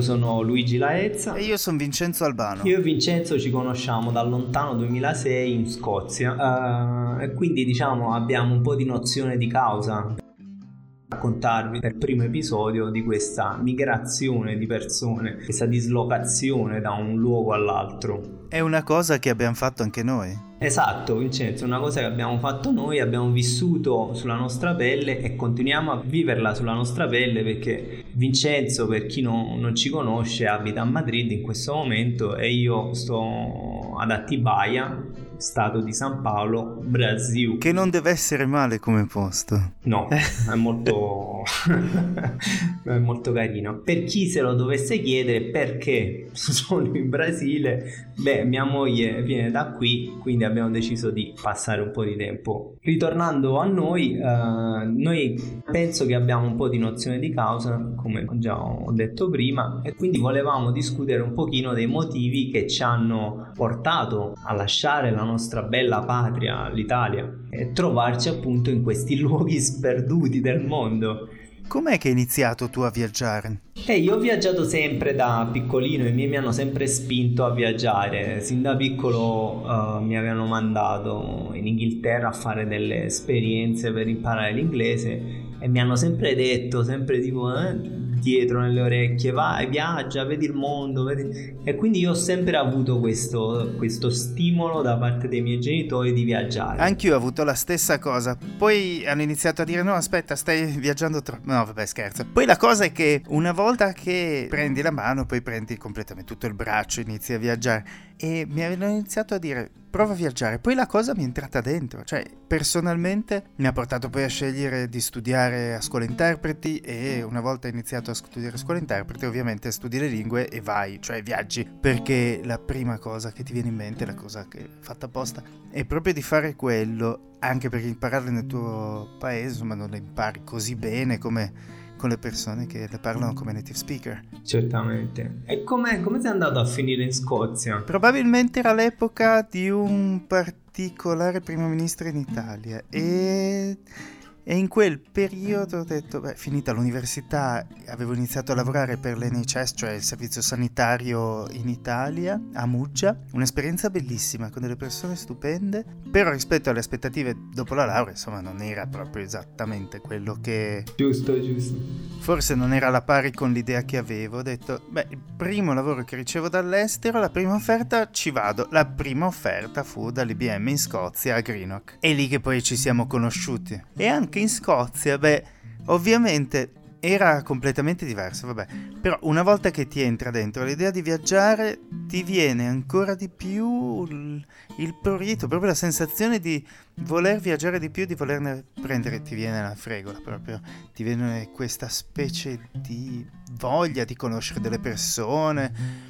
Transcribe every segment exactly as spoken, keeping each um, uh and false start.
sono Luigi Laezza. E io sono Vincenzo Albano. Io e Vincenzo ci conosciamo dal lontano duemilasei in Scozia, uh, e quindi diciamo abbiamo un po' di nozione di causa. Raccontarvi nel primo episodio di questa migrazione di persone, questa dislocazione da un luogo all'altro. È una cosa che abbiamo fatto anche noi. Esatto, Vincenzo, una cosa che abbiamo fatto noi, abbiamo vissuto sulla nostra pelle e continuiamo a viverla sulla nostra pelle, perché Vincenzo, per chi non, non ci conosce, abita a Madrid in questo momento e io sto ad Atibaia, stato di San Paolo, Brasile. Che non deve essere male come posto. No, è molto è molto carino. Per chi se lo dovesse chiedere perché sono in Brasile, beh, mia moglie viene da qui, quindi abbiamo deciso di passare un po' di tempo. Ritornando a noi, eh, noi penso che abbiamo un po' di nozione di causa, come già ho detto prima, e quindi volevamo discutere un pochino dei motivi che ci hanno portato a lasciare la nostra bella patria, l'Italia, e trovarci appunto in questi luoghi sperduti del mondo. Com'è che hai iniziato tu a viaggiare? Eh, io ho viaggiato sempre da piccolino, i miei mi hanno sempre spinto a viaggiare. Sin da piccolo uh, mi avevano mandato in Inghilterra a fare delle esperienze per imparare l'inglese e mi hanno sempre detto, sempre tipo eh, dietro nelle orecchie, vai, viaggia, vedi il mondo, vedi... E quindi io ho sempre avuto questo, questo stimolo da parte dei miei genitori di viaggiare. Anch'io ho avuto la stessa cosa. Poi hanno iniziato a dire no, aspetta, stai viaggiando troppo. No, vabbè, scherzo. Poi la cosa è che una volta che prendi la mano, poi prendi completamente tutto il braccio, inizi a viaggiare. E mi avevano iniziato a dire prova a viaggiare, poi la cosa mi è entrata dentro, cioè personalmente mi ha portato poi a scegliere di studiare a scuola interpreti, e una volta iniziato a studiare a scuola interpreti ovviamente studi le lingue e vai, cioè viaggi, perché la prima cosa che ti viene in mente, la cosa che è fatta apposta, è proprio di fare quello, anche perché impararle nel tuo paese insomma non le impari così bene come con le persone che le parlano come native speaker. Certamente. E come come sei andato a finire in Scozia? Probabilmente era l'epoca di un particolare primo ministro in Italia e, e in quel periodo ho detto, beh, finita l'università avevo iniziato a lavorare per l'N H S, cioè il servizio sanitario in Italia, a Muggia, un'esperienza bellissima con delle persone stupende, però rispetto alle aspettative dopo la laurea insomma non era proprio esattamente quello che... Giusto, giusto. Forse non era alla pari con l'idea che avevo. Ho detto, beh, il primo lavoro che ricevo dall'estero, la prima offerta, ci vado. La prima offerta fu dall'I B M in Scozia a Greenock. È lì che poi ci siamo conosciuti. E anche in Scozia, beh, ovviamente era completamente diverso, vabbè. Però una volta che ti entra dentro l'idea di viaggiare, ti viene ancora di più il, il prurito, proprio la sensazione di voler viaggiare di più, di volerne prendere, ti viene la fregola proprio, ti viene questa specie di voglia di conoscere delle persone,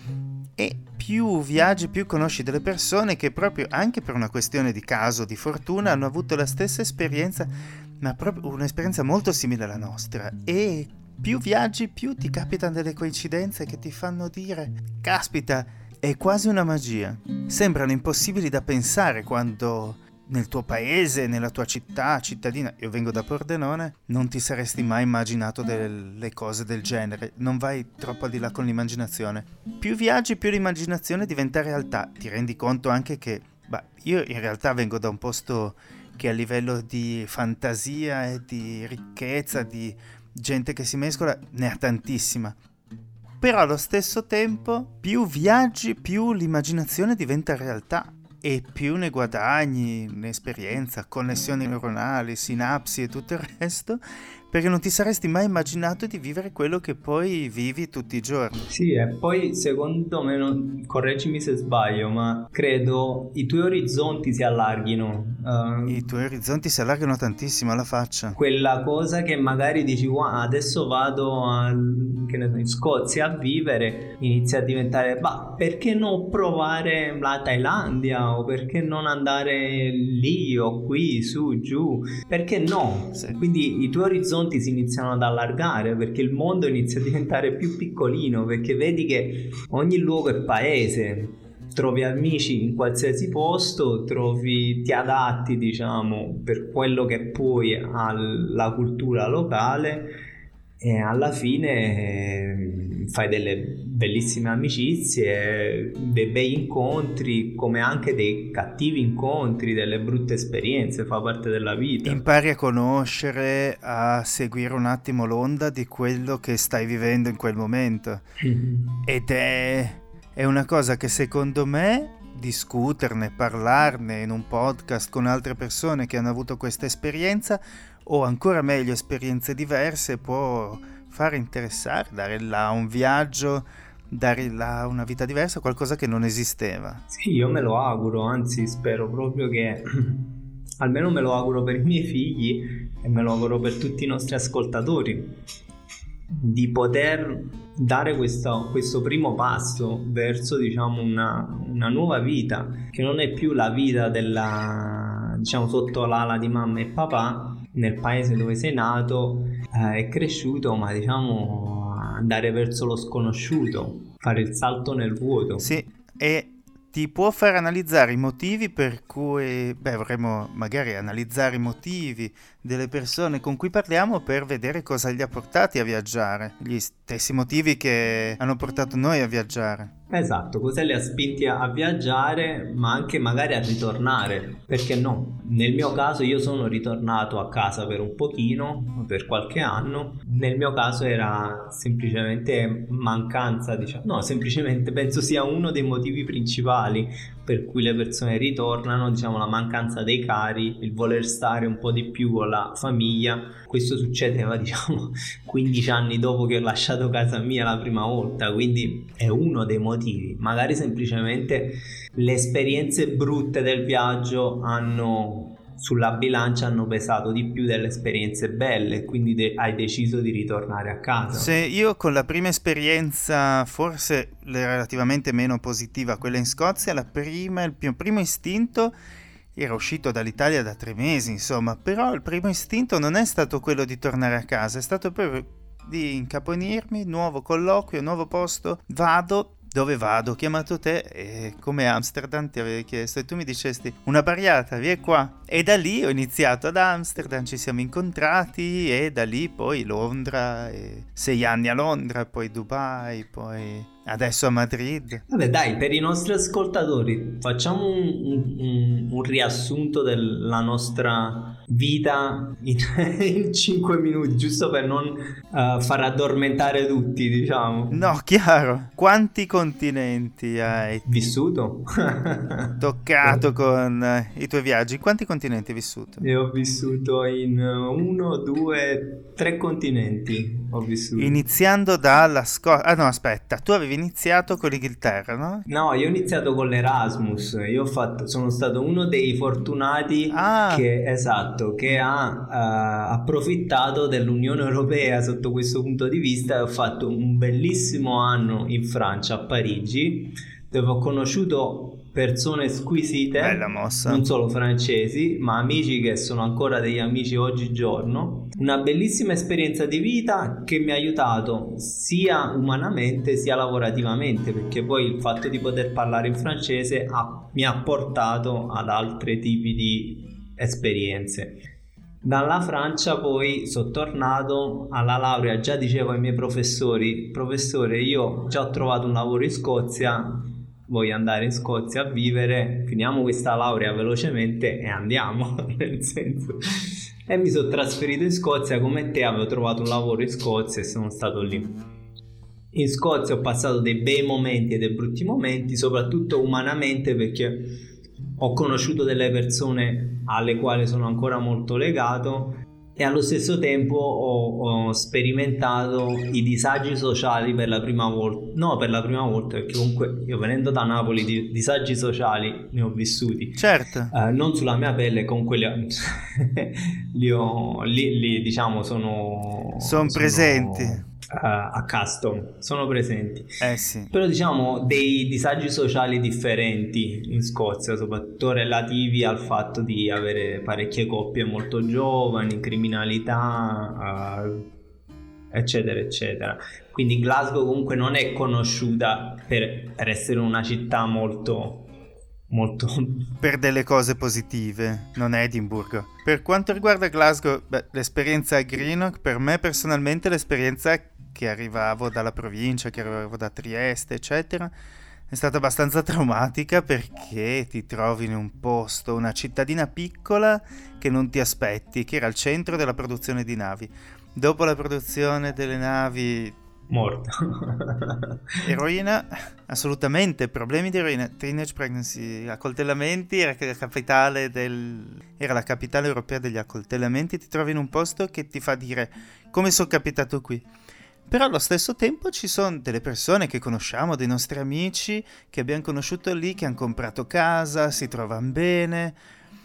e più viaggi più conosci delle persone che proprio anche per una questione di caso, di fortuna, hanno avuto la stessa esperienza, ma proprio un'esperienza molto simile alla nostra, e più viaggi più ti capitano delle coincidenze che ti fanno dire caspita, è quasi una magia, sembrano impossibili da pensare quando nel tuo paese, nella tua città, cittadina, io vengo da Pordenone, non ti saresti mai immaginato delle cose del genere, non vai troppo al di là con l'immaginazione. Più viaggi, più l'immaginazione diventa realtà, ti rendi conto anche che, beh, io in realtà vengo da un posto che a livello di fantasia e di ricchezza, di gente che si mescola, ne ha tantissima. Però allo stesso tempo, più viaggi, più l'immaginazione diventa realtà. E più ne guadagni, un'esperienza, connessioni neuronali, sinapsi e tutto il resto, perché non ti saresti mai immaginato di vivere quello che poi vivi tutti i giorni. Sì, e poi secondo me, non, correggimi se sbaglio, ma credo i tuoi orizzonti si allarghino. Uh, I tuoi orizzonti si allargano tantissimo alla faccia. Quella cosa che magari dici, wow, adesso vado a, che ne so, in Scozia a vivere, inizia a diventare, ma perché non provare la Thailandia, o perché non andare lì o qui, su, giù, perché no? Sì. Quindi i tuoi orizzonti si iniziano ad allargare, perché il mondo inizia a diventare più piccolino, perché vedi che ogni luogo è paese, trovi amici in qualsiasi posto, trovi, ti adatti, diciamo, per quello che puoi alla cultura locale, e alla fine fai delle bellissime amicizie, dei bei incontri, come anche dei cattivi incontri, delle brutte esperienze, fa parte della vita. Impari a conoscere, a seguire un attimo l'onda di quello che stai vivendo in quel momento. Mm-hmm. Ed è, è una cosa che secondo me discuterne, parlarne in un podcast con altre persone che hanno avuto questa esperienza, o ancora meglio esperienze diverse, può fare interessare, dare là un viaggio, dare là una vita diversa, qualcosa che non esisteva. Sì, io me lo auguro, anzi spero proprio che almeno me lo auguro per i miei figli e me lo auguro per tutti i nostri ascoltatori, di poter dare questo, questo primo passo verso, diciamo, una, una nuova vita, che non è più la vita della, diciamo, sotto l'ala di mamma e papà nel paese dove sei nato e eh, cresciuto, ma diciamo andare verso lo sconosciuto, fare il salto nel vuoto. Sì, e ti può far analizzare i motivi per cui, beh, vorremmo magari analizzare i motivi delle persone con cui parliamo per vedere cosa li ha portati a viaggiare, gli stessi motivi che hanno portato noi a viaggiare. Esatto, cosa li ha spinti a viaggiare, ma anche magari a ritornare, perché no? Nel mio caso io sono ritornato a casa per un pochino, per qualche anno. Nel mio caso era semplicemente mancanza, diciamo, no, semplicemente penso sia uno dei motivi principali per cui le persone ritornano, diciamo, la mancanza dei cari, il voler stare un po' di più con la famiglia. Questo succedeva, diciamo, quindici anni dopo che ho lasciato casa mia la prima volta, quindi è uno dei motivi. Magari semplicemente le esperienze brutte del viaggio hanno sulla bilancia hanno pesato di più delle esperienze belle, quindi de- hai deciso di ritornare a casa. Se io con la prima esperienza, forse relativamente meno positiva, quella in Scozia, la prima, il mio primo istinto era uscito dall'Italia da tre mesi, insomma, però il primo istinto non è stato quello di tornare a casa, è stato proprio di incaponirmi, nuovo colloquio, nuovo posto, vado. Dove vado? Ho chiamato te e come Amsterdam ti avevi chiesto e tu mi dicesti una barriata, vieni qua. E da lì ho iniziato ad Amsterdam, ci siamo incontrati e da lì poi Londra, e sei anni a Londra, poi Dubai, poi adesso a Madrid. Vabbè dai, per i nostri ascoltatori facciamo un, un, un riassunto della nostra vita in, in cinque minuti, giusto per non uh, far addormentare tutti, diciamo. No, chiaro. Quanti continenti hai vissuto? Toccato con uh, i tuoi viaggi? Quanti continenti hai vissuto? Io ho vissuto in uno, due, tre continenti. Ho vissuto. Iniziando dalla Scozia. Ah no, aspetta, tu avevi iniziato con l'Inghilterra, no? No, io ho iniziato con l'Erasmus. Io ho fatto, sono stato uno dei fortunati ah. che, esatto, che ha uh, approfittato dell'Unione Europea sotto questo punto di vista, e ho fatto un bellissimo anno in Francia, a Parigi, dove ho conosciuto persone squisite. Bella mossa. Non solo francesi, ma amici che sono ancora degli amici oggigiorno. Una bellissima esperienza di vita che mi ha aiutato sia umanamente sia lavorativamente, perché poi il fatto di poter parlare in francese ha, mi ha portato ad altri tipi di esperienze. Dalla Francia poi sono tornato alla laurea, già dicevo ai miei professori: professore, io già ho trovato un lavoro in Scozia, voglio andare in Scozia a vivere, finiamo questa laurea velocemente e andiamo. Nel senso, e mi sono trasferito in Scozia come te, avevo trovato un lavoro in Scozia e sono stato lì. In Scozia ho passato dei bei momenti e dei brutti momenti, soprattutto umanamente, perché ho conosciuto delle persone alle quali sono ancora molto legato e allo stesso tempo ho, ho sperimentato i disagi sociali per la prima volta. No, per la prima volta, perché comunque io venendo da Napoli di disagi sociali ne ho vissuti. Certo. Uh, non sulla mia pelle, comunque li, ho, li, ho, li, li diciamo sono... Sono presenti. Uh, a custom, sono presenti. Eh sì. Però diciamo dei disagi sociali differenti in Scozia, soprattutto relativi al fatto di avere parecchie coppie molto giovani, criminalità, uh, eccetera eccetera. Quindi Glasgow comunque non è conosciuta per, per essere una città molto molto per delle cose positive, non è Edimburgo. Per quanto riguarda Glasgow, beh, l'esperienza a Greenock, per me personalmente l'esperienza che arrivavo dalla provincia, che arrivavo da Trieste, eccetera, è stata abbastanza traumatica perché ti trovi in un posto, una cittadina piccola che non ti aspetti, che era al centro della produzione di navi. Dopo la produzione delle navi, morto. eroina, assolutamente, problemi di eroina, teenage pregnancy, accoltellamenti, era la capitale del era la capitale europea degli accoltellamenti, ti trovi in un posto che ti fa dire come sono capitato qui. Però allo stesso tempo ci sono delle persone che conosciamo, dei nostri amici che abbiamo conosciuto lì, che hanno comprato casa, si trovano bene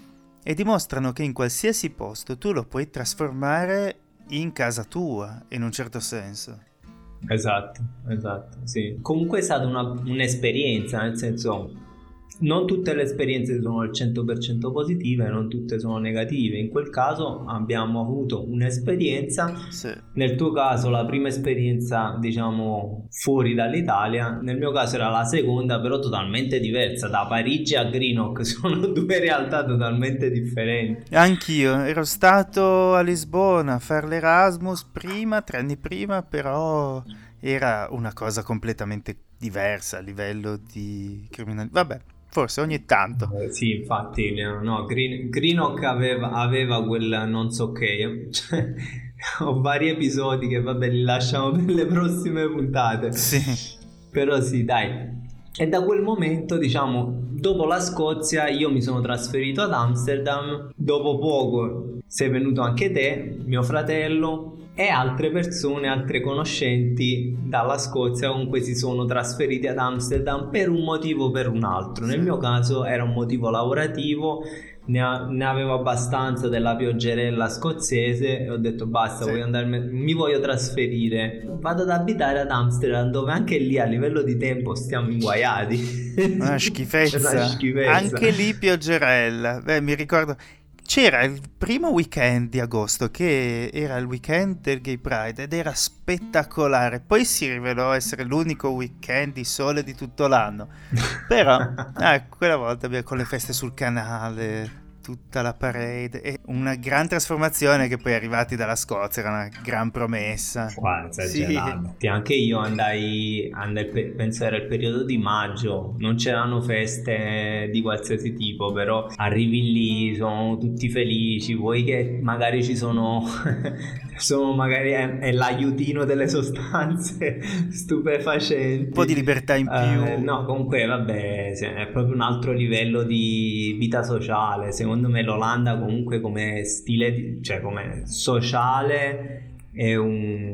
e dimostrano che in qualsiasi posto tu lo puoi trasformare in casa tua, in un certo senso. Esatto, esatto, sì. Comunque è stata una, un'esperienza, nel senso, non tutte le esperienze sono al cento per cento positive, non tutte sono negative. In quel caso abbiamo avuto un'esperienza, sì. Nel tuo caso la prima esperienza, diciamo, fuori dall'Italia, nel mio caso era la seconda, però totalmente diversa. Da Parigi a Greenock sono due realtà totalmente differenti. Anch'io ero stato a Lisbona a fare l'Erasmus prima, tre anni prima, però era una cosa completamente diversa a livello di criminalità. Vabbè, forse ogni tanto. Eh, sì, infatti, no, Green, Greenock aveva, aveva quel non so che, cioè, ho vari episodi che vabbè li lasciamo per le prossime puntate. Sì. Però sì, dai. E da quel momento, diciamo, dopo la Scozia io mi sono trasferito ad Amsterdam, dopo poco sei venuto anche te, mio fratello, e altre persone, altre conoscenti dalla Scozia comunque si sono trasferiti ad Amsterdam per un motivo o per un altro. Nel mio caso era un motivo lavorativo, ne, a, ne avevo abbastanza della pioggerella scozzese e ho detto basta, sì. voglio andarmi, mi voglio trasferire, vado ad abitare ad Amsterdam, dove anche lì a livello di tempo stiamo inguaiati. Una schifezza. Una schifezza. Anche lì pioggerella. Beh, mi ricordo c'era il primo weekend di agosto che era il weekend del Gay Pride ed era spettacolare. Poi si rivelò essere l'unico weekend di sole di tutto l'anno. Però eh, quella volta abbiamo con le feste sul canale, tutta la parade e una gran trasformazione che poi arrivati dalla Scozia era una gran promessa. Guarda, esagerato. Sì. Anche io andai, andai, penso era il periodo di maggio, non c'erano feste di qualsiasi tipo, però arrivi lì, sono tutti felici, vuoi che magari ci sono, sono magari è, è l'aiutino delle sostanze stupefacenti. Un po' di libertà in più. Uh, no, comunque vabbè, è proprio un altro livello di vita sociale, secondo me l'Olanda comunque come stile di, cioè come sociale è un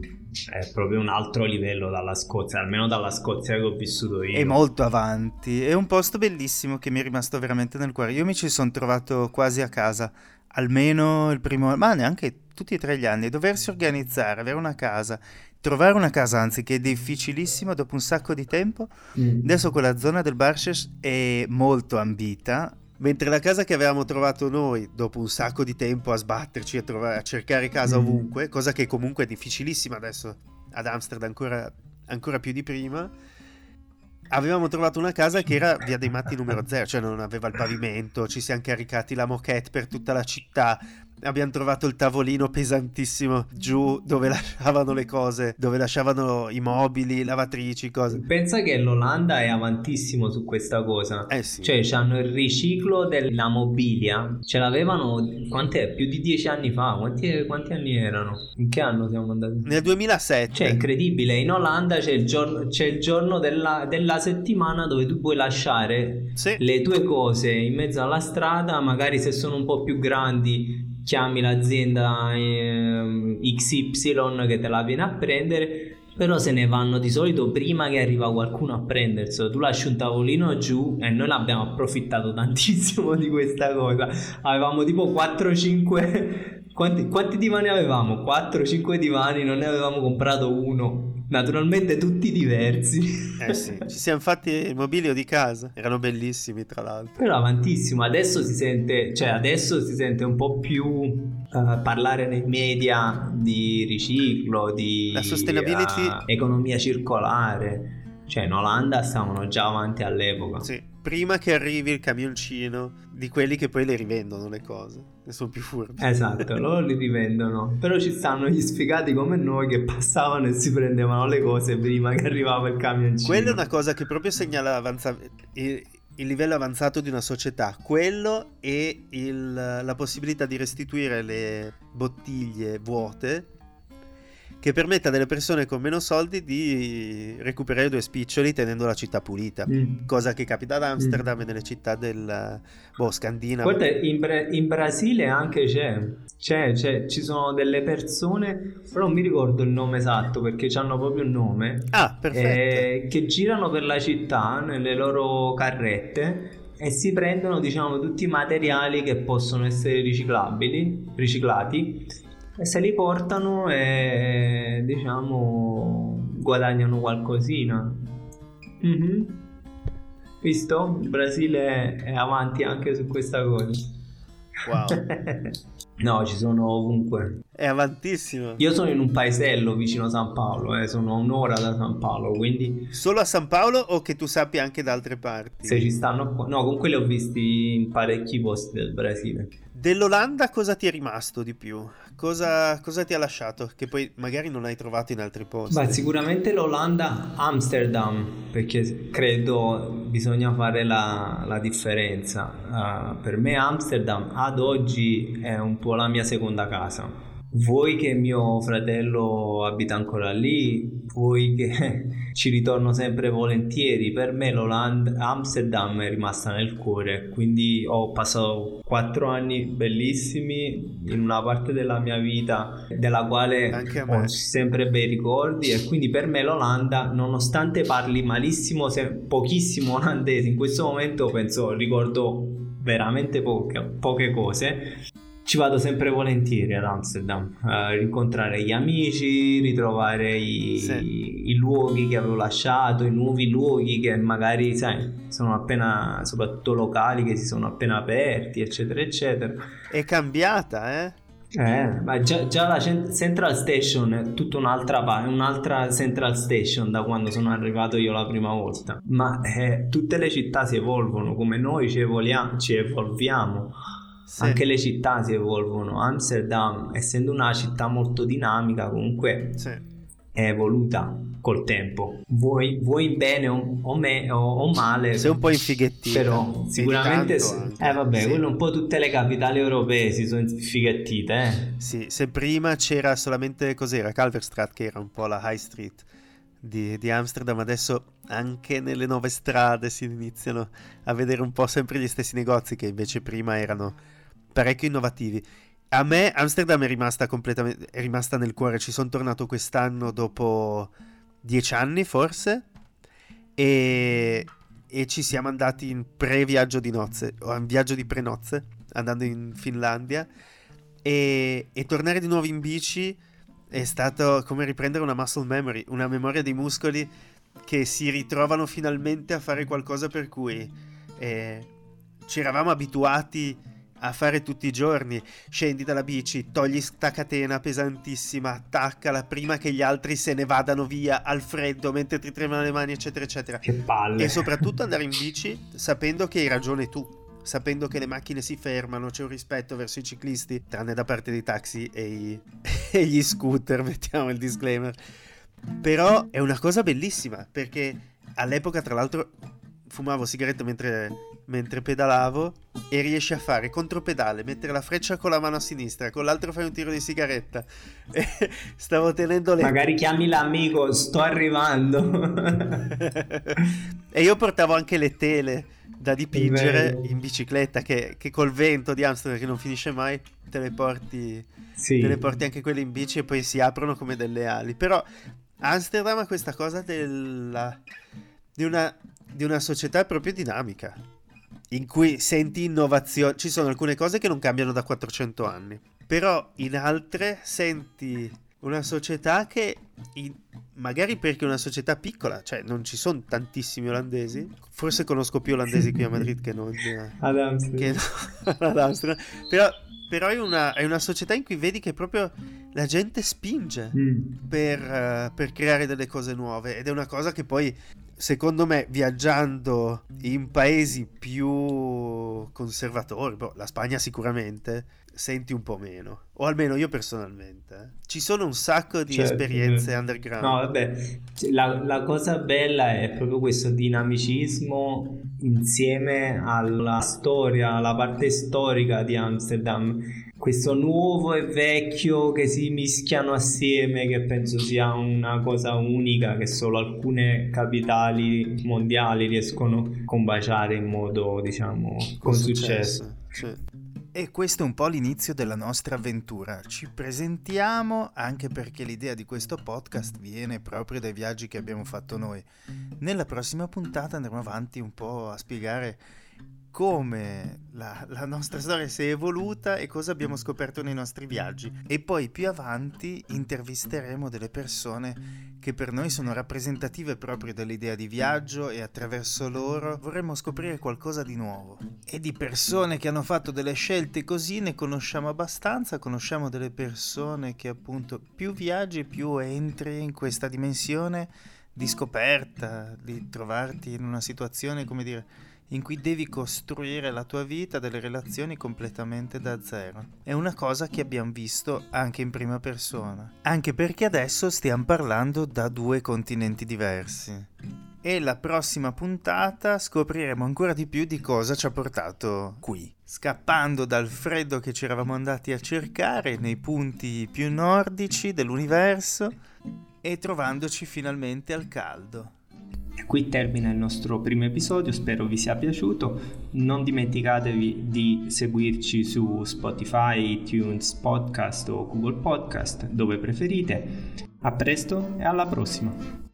è proprio un altro livello dalla Scozia, almeno dalla Scozia che ho vissuto io. È molto avanti, è un posto bellissimo che mi è rimasto veramente nel cuore. Io mi ci sono trovato quasi a casa, almeno il primo, ma neanche tutti e tre gli anni, doversi organizzare, avere una casa, trovare una casa, anzi, che è difficilissimo dopo un sacco di tempo. Mm. Adesso quella zona del Barces è molto ambita, mentre la casa che avevamo trovato noi, dopo un sacco di tempo a sbatterci, a, trovare, a cercare casa mm. ovunque, cosa che comunque è difficilissima adesso ad Amsterdam, ancora, ancora più di prima, avevamo trovato una casa che era via dei Matti numero zero, cioè non aveva il pavimento, ci siamo caricati la moquette per tutta la città, abbiamo trovato il tavolino pesantissimo giù dove lasciavano le cose, dove lasciavano i mobili, lavatrici, cose. Pensa che l'Olanda è avantissimo su questa cosa. Eh sì. Cioè c'hanno il riciclo della mobilia, ce l'avevano quant'è? Più di dieci anni fa. Quanti, quanti anni erano? In che anno siamo andati? Nel duemilasette. Cioè incredibile, in Olanda c'è il giorno, c'è il giorno della, della settimana dove tu puoi lasciare sì. le tue cose in mezzo alla strada, magari se sono un po' più grandi chiami l'azienda eh, X Y che te la viene a prendere, però se ne vanno di solito prima che arriva qualcuno a prenderselo. Tu lasci un tavolino giù e noi l'abbiamo approfittato tantissimo di questa cosa. Avevamo tipo quattro cinque quanti, quanti divani avevamo? quattro cinque divani, non ne avevamo comprato uno. Naturalmente tutti diversi. Eh sì, ci siamo fatti il mobilio di casa, erano bellissimi tra l'altro. Però avantissimo, adesso si sente, cioè adesso si sente un po' più uh, parlare nei media di riciclo, di la sustainability, uh, economia circolare. Cioè in Olanda stavano già avanti all'epoca. Sì, prima che arrivi il camioncino di quelli che poi le rivendono le cose, ne sono più furbi. Esatto, loro li rivendono, però ci stanno gli sfigati come noi che passavano e si prendevano le cose prima che arrivava il camioncino. Quella è una cosa che proprio segnala avanza- il, il livello avanzato di una società, quello e il, la possibilità di restituire le bottiglie vuote, che permette a delle persone con meno soldi di recuperare due spiccioli tenendo la città pulita, Mm. cosa che capita ad Amsterdam Mm. e nelle città del boh, scandinavo. Guarda, in, Bra- in Brasile anche c'è. C'è, c'è, ci sono delle persone, però non mi ricordo il nome esatto perché hanno proprio un nome, Ah, perfetto. eh, che girano per la città nelle loro carrette e si prendono, diciamo, tutti i materiali che possono essere riciclabili, riciclati, e se li portano e, diciamo, guadagnano qualcosina. Mhm. Visto? Il Brasile è avanti anche su questa cosa. Wow. No, ci sono ovunque. È avantissimo. Io sono in un paesello vicino a San Paolo, eh, sono a un'ora da San Paolo, quindi Solo a San Paolo o che tu sappia anche da altre parti? se ci stanno qua... No, comunque li ho visti in parecchi posti del Brasile. Dell'Olanda cosa ti è rimasto di più? Cosa, cosa ti ha lasciato? Che poi magari non hai trovato in altri posti. Beh, sicuramente l'Olanda, Amsterdam, perché credo bisogna fare la, la differenza. Uh, per me Amsterdam ad oggi è un po' la mia seconda casa. Vuoi che mio fratello abita ancora lì, vuoi che ci ritorno sempre volentieri. Per me l'Olanda, Amsterdam è rimasta nel cuore, quindi ho passato quattro anni bellissimi in una parte della mia vita della quale Anche a me. ho sempre bei ricordi, e quindi per me l'Olanda, nonostante parli malissimo, se, pochissimo olandese in questo momento, penso ricordo veramente poche, poche cose. Ci vado sempre volentieri ad Amsterdam, a rincontrare gli amici, ritrovare i, Sì. i luoghi che avevo lasciato, i nuovi luoghi che magari, sai, sono appena, soprattutto locali che si sono appena aperti, eccetera, eccetera. È cambiata, eh? Eh, ma già, già la Cent- Central Station è tutta un'altra, pa- un'altra Central Station da quando sono arrivato io la prima volta. Ma eh, tutte le città si evolvono, come noi ci, evolia- ci evolviamo. Sì. Anche le città si evolvono. Amsterdam, essendo una città molto dinamica, comunque Sì. è evoluta col tempo. Vuoi, vuoi bene o, o, me, o, o male, Sei un po' infighettita. però E di sicuramente tanto sì. anche. Eh vabbè, Sì. quello un po' tutte le capitali europee si sono infighettite, eh. Sì, se prima c'era solamente, cos'era, Kalverstraat, che era un po' la high street di, di Amsterdam, adesso anche nelle nuove strade si iniziano a vedere un po' sempre gli stessi negozi che invece prima erano parecchio innovativi. A me Amsterdam è rimasta completamente, è rimasta nel cuore. Ci sono tornato quest'anno dopo dieci anni forse, e, e ci siamo andati in pre-viaggio di nozze, o in viaggio di pre-nozze, andando in Finlandia, e, e tornare di nuovo in bici è stato come riprendere una muscle memory, una memoria dei muscoli che si ritrovano finalmente a fare qualcosa per cui eh, ci eravamo abituati a fare tutti i giorni. Scendi dalla bici, togli sta catena pesantissima, attaccala prima che gli altri se ne vadano via al freddo mentre ti tremano le mani, eccetera eccetera. Che palle. E soprattutto andare in bici sapendo che hai ragione tu, sapendo che le macchine si fermano, c'è un rispetto verso i ciclisti, tranne da parte dei taxi e, i, e gli scooter, mettiamo il disclaimer. Però è una cosa bellissima, perché all'epoca tra l'altro fumavo sigarette mentre, mentre pedalavo, e riesci a fare contropedale, mettere la freccia con la mano a sinistra, con l'altro fai un tiro di sigaretta. E stavo tenendo le... Magari chiami l'amico, sto arrivando. E io portavo anche le tele da dipingere Bello. in bicicletta, che, che col vento di Amsterdam che non finisce mai, te le porti, Sì. te le porti anche quelle in bici e poi si aprono come delle ali. Però Amsterdam ha questa cosa della, di una di una società proprio dinamica, in cui senti innovazione. Ci sono alcune cose che non cambiano da quattrocento anni, però in altre senti una società che in, magari perché è una società piccola, cioè non ci sono tantissimi olandesi, forse conosco più olandesi qui a Madrid che non Ad Amsterdam. che no, ad Amsterdam, però, però è, una, è una società in cui vedi che proprio la gente spinge Mm. per, uh, per creare delle cose nuove, ed è una cosa che poi secondo me, viaggiando in paesi più conservatori, boh, la Spagna sicuramente, senti un po' meno, o almeno io personalmente. Eh. Ci sono un sacco di Certo. esperienze underground. No, vabbè, la, la cosa bella è proprio questo dinamicismo insieme alla storia, alla parte storica di Amsterdam, questo nuovo e vecchio che si mischiano assieme, che penso sia una cosa unica che solo alcune capitali mondiali riescono a combaciare in modo, diciamo, con successo. Cioè. E questo è un po' l'inizio della nostra avventura. Ci presentiamo anche perché l'idea di questo podcast viene proprio dai viaggi che abbiamo fatto noi. Nella prossima puntata andremo avanti un po' a spiegare come la, la nostra storia si è evoluta e cosa abbiamo scoperto nei nostri viaggi. E poi più avanti intervisteremo delle persone che per noi sono rappresentative proprio dell'idea di viaggio, e attraverso loro vorremmo scoprire qualcosa di nuovo. E di persone che hanno fatto delle scelte così ne conosciamo abbastanza. Conosciamo delle persone che appunto più viaggi più entri in questa dimensione di scoperta, di trovarti in una situazione, come dire, in cui devi costruire la tua vita, delle relazioni completamente da zero. È una cosa che abbiamo visto anche in prima persona, anche perché adesso stiamo parlando da due continenti diversi. E la prossima puntata scopriremo ancora di più di cosa ci ha portato qui, scappando dal freddo che ci eravamo andati a cercare nei punti più nordici dell'universo e trovandoci finalmente al caldo. Qui termina il nostro primo episodio, spero vi sia piaciuto. Non dimenticatevi di seguirci su Spotify, iTunes Podcast o Google Podcast, dove preferite. A presto e alla prossima!